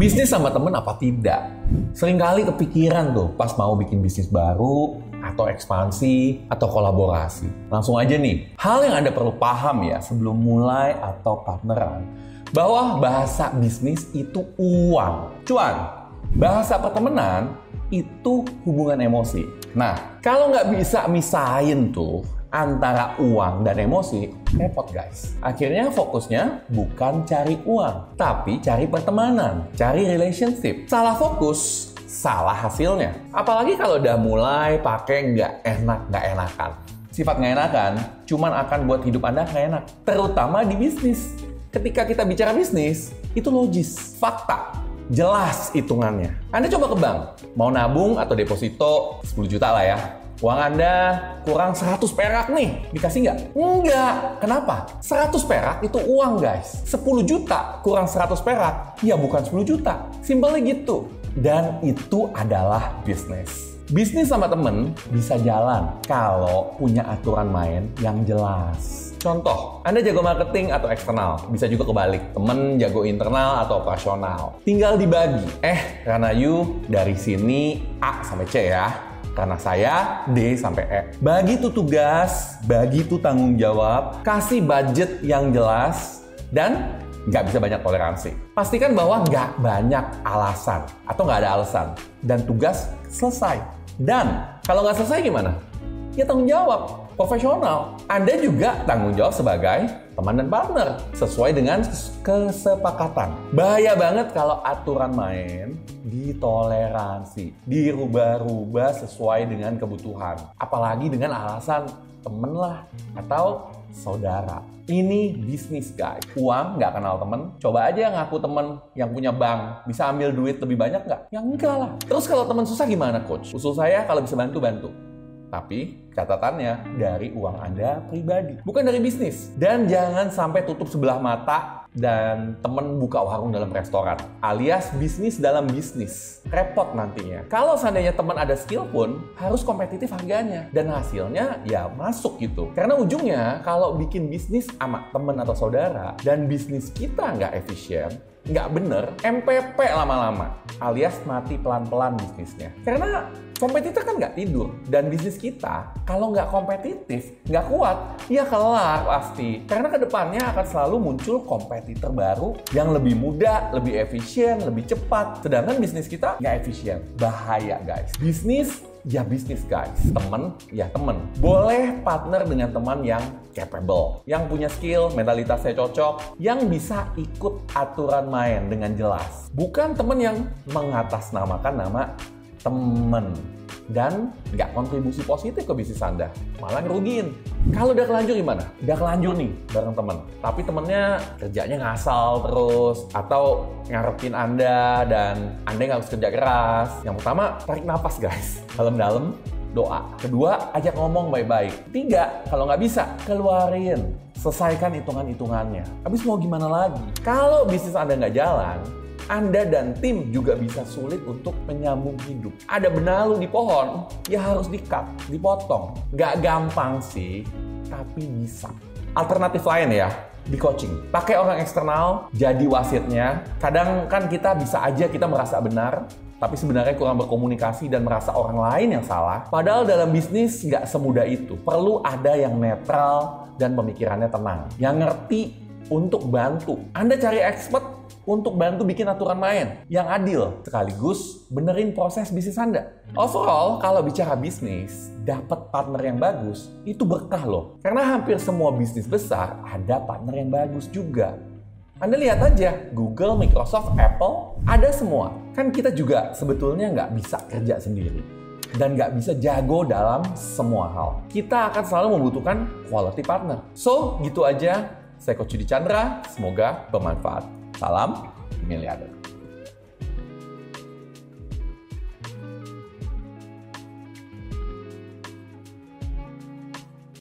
Bisnis sama temen apa tidak? Seringkali kepikiran tuh pas mau bikin bisnis baru, atau ekspansi, atau kolaborasi. Langsung aja nih, hal yang Anda perlu paham ya sebelum mulai atau partneran, bahwa bahasa bisnis itu uang, cuan. Bahasa pertemanan itu hubungan emosi. Nah, kalau nggak bisa misahin tuh antara uang dan emosi, repot guys. Akhirnya fokusnya bukan cari uang, tapi cari pertemanan, cari relationship. Salah fokus, salah hasilnya. Apalagi kalau udah mulai pakai nggak enakan. Sifat nggak enakan cuman akan buat hidup Anda nggak enak. Terutama di bisnis. Ketika kita bicara bisnis, itu logis, fakta, jelas hitungannya. Anda coba ke bank, mau nabung atau deposito 10 juta lah ya. Uang Anda kurang 100 perak nih, dikasih nggak? Enggak. Kenapa? 100 perak itu uang guys. 10 juta kurang 100 perak, ya bukan 10 juta. Simpelnya gitu. Dan itu adalah bisnis. Bisnis sama temen bisa jalan kalau punya aturan main yang jelas. Contoh, Anda jago marketing atau eksternal, bisa juga kebalik, temen jago internal atau operasional. Tinggal dibagi, karena you dari sini A sampai C ya. Karena saya D sampai E. Bagi tuh tugas, bagi tuh tanggung jawab, kasih budget yang jelas, dan nggak bisa banyak toleransi. Pastikan bahwa nggak banyak alasan atau nggak ada alasan. Dan tugas selesai. Dan kalau nggak selesai gimana? Ya tanggung jawab, profesional. Anda juga tanggung jawab sebagai teman dan partner sesuai dengan kesepakatan. Bahaya banget kalau aturan main ditoleransi, dirubah-rubah sesuai dengan kebutuhan. Apalagi dengan alasan temen lah atau saudara. Ini bisnis guys. Uang nggak kenal temen. Coba aja ngaku temen yang punya bank. Bisa ambil duit lebih banyak nggak? Ya enggak lah. Terus kalau temen susah gimana coach? Usul saya kalau bisa bantu. Tapi catatannya dari uang Anda pribadi, bukan dari bisnis. Dan jangan sampai tutup sebelah mata dan temen buka warung dalam restoran. Alias bisnis dalam bisnis. Repot nantinya. Kalau seandainya teman ada skill pun, harus kompetitif harganya. Dan hasilnya ya masuk gitu. Karena ujungnya kalau bikin bisnis sama temen atau saudara, dan bisnis kita nggak efisien, nggak bener, MPP lama-lama. Alias mati pelan-pelan bisnisnya. Karena kompetitor kan nggak tidur. Dan bisnis kita, kalau nggak kompetitif, nggak kuat, ya kelar pasti. Karena kedepannya akan selalu muncul kompetitor baru yang lebih mudah, lebih efisien, lebih cepat. Sedangkan bisnis kita nggak efisien. Bahaya guys. Bisnis, ya bisnis guys. Temen, ya temen. Boleh partner dengan teman yang capable, yang punya skill, mentalitasnya cocok, yang bisa ikut aturan main dengan jelas. Bukan temen yang mengatasnamakan nama temen dan nggak kontribusi positif ke bisnis Anda, malah ngerugiin. Kalau udah kelanjur gimana? Udah kelanjur nih bareng temen, tapi temennya kerjanya ngasal terus atau ngarepin Anda dan Anda nggak harus kerja keras. Yang pertama, tarik nafas guys, dalam-dalam, doa. Kedua, ajak ngomong baik-baik. Tiga, kalau nggak bisa, keluarin. Selesaikan hitungan-hitungannya. Habis mau gimana lagi? Kalau bisnis Anda nggak jalan, Anda dan tim juga bisa sulit untuk menyambung hidup. Ada benalu di pohon, ya harus di-cut, dipotong. Nggak gampang sih, tapi bisa. Alternatif lain ya, di coaching. Pakai orang eksternal, jadi wasitnya. Kadang kan kita bisa aja kita merasa benar, tapi sebenarnya kurang berkomunikasi dan merasa orang lain yang salah. Padahal dalam bisnis nggak semudah itu. Perlu ada yang netral dan pemikirannya tenang. Yang ngerti untuk bantu. Anda cari expert untuk bantu bikin aturan main yang adil, sekaligus benerin proses bisnis Anda. Overall, kalau bicara bisnis, dapat partner yang bagus, itu berkah loh. Karena hampir semua bisnis besar ada partner yang bagus juga. Anda lihat aja, Google, Microsoft, Apple, ada semua. Kan kita juga sebetulnya nggak bisa kerja sendiri. Dan nggak bisa jago dalam semua hal. Kita akan selalu membutuhkan quality partner. So, gitu aja. Saya Coach Yudi Chandra, semoga bermanfaat. Salam miliarder.